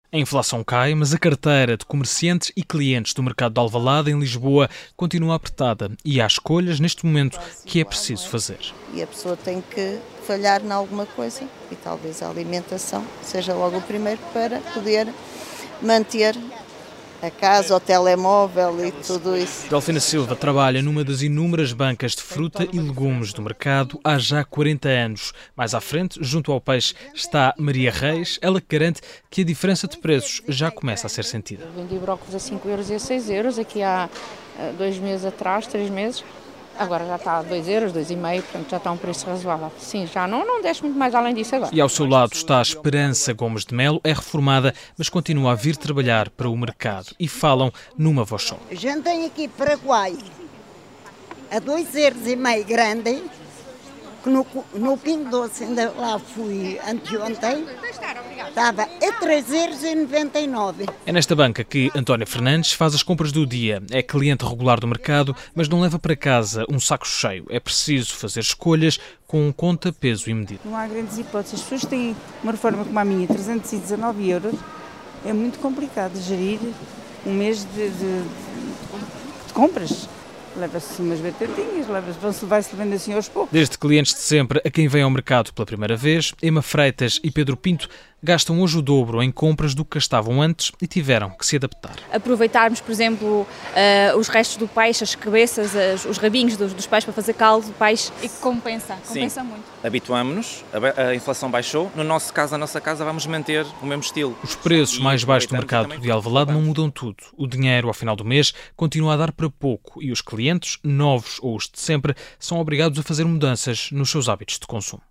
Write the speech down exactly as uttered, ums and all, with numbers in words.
A inflação cai, mas a carteira de comerciantes e clientes do mercado de Alvalade, em Lisboa, continua apertada e há escolhas neste momento que é preciso fazer. E a pessoa tem que falhar em alguma coisa e talvez a alimentação seja logo o primeiro para poder manter a casa, o telemóvel e tudo isso. Delfina Silva trabalha numa das inúmeras bancas de fruta e legumes do mercado há já quarenta anos. Mais à frente, junto ao peixe, está Maria Reis, ela que garante que a diferença de preços já começa a ser sentida. Eu vendi brócolis a cinco euros e a seis euros, aqui há dois meses atrás, três meses. Agora já está a dois euros, dois e meio, portanto já está um preço razoável. Sim, já não, não desce muito mais além disso agora. E ao seu lado está a Esperança Gomes de Melo, é reformada, mas continua a vir trabalhar para o mercado. E falam numa voz só. A gente tem aqui Paraguai a dois euros e meio grande, que no, no Pingo Doce, ainda lá fui anteontem, estava a três euros e noventa e nove. É nesta banca que Antónia Fernandes faz as compras do dia. É cliente regular do mercado, mas não leva para casa um saco cheio. É preciso fazer escolhas com conta, peso e medida. Não há grandes hipóteses. As pessoas têm uma reforma como a minha, trezentos e dezanove euros. É muito complicado gerir um mês de, de, de compras. Leva-se umas batatinhas, leva-se, vai-se levando assim aos poucos. Desde clientes de sempre a quem vem ao mercado pela primeira vez, Emma Freitas e Pedro Pinto gastam hoje o dobro em compras do que gastavam antes e tiveram que se adaptar. Aproveitarmos, por exemplo, uh, os restos do peixe, as cabeças, as, os rabinhos dos, dos peixes para fazer caldo de peixe. E que compensa, compensa Sim. muito. Habituámos-nos, a, a inflação baixou, no nosso caso, a nossa casa, vamos manter o mesmo estilo. Os preços e mais baixos do mercado de Alvalade não mudam tudo. O dinheiro, ao final do mês, continua a dar para pouco e os clientes, novos ou os de sempre, são obrigados a fazer mudanças nos seus hábitos de consumo.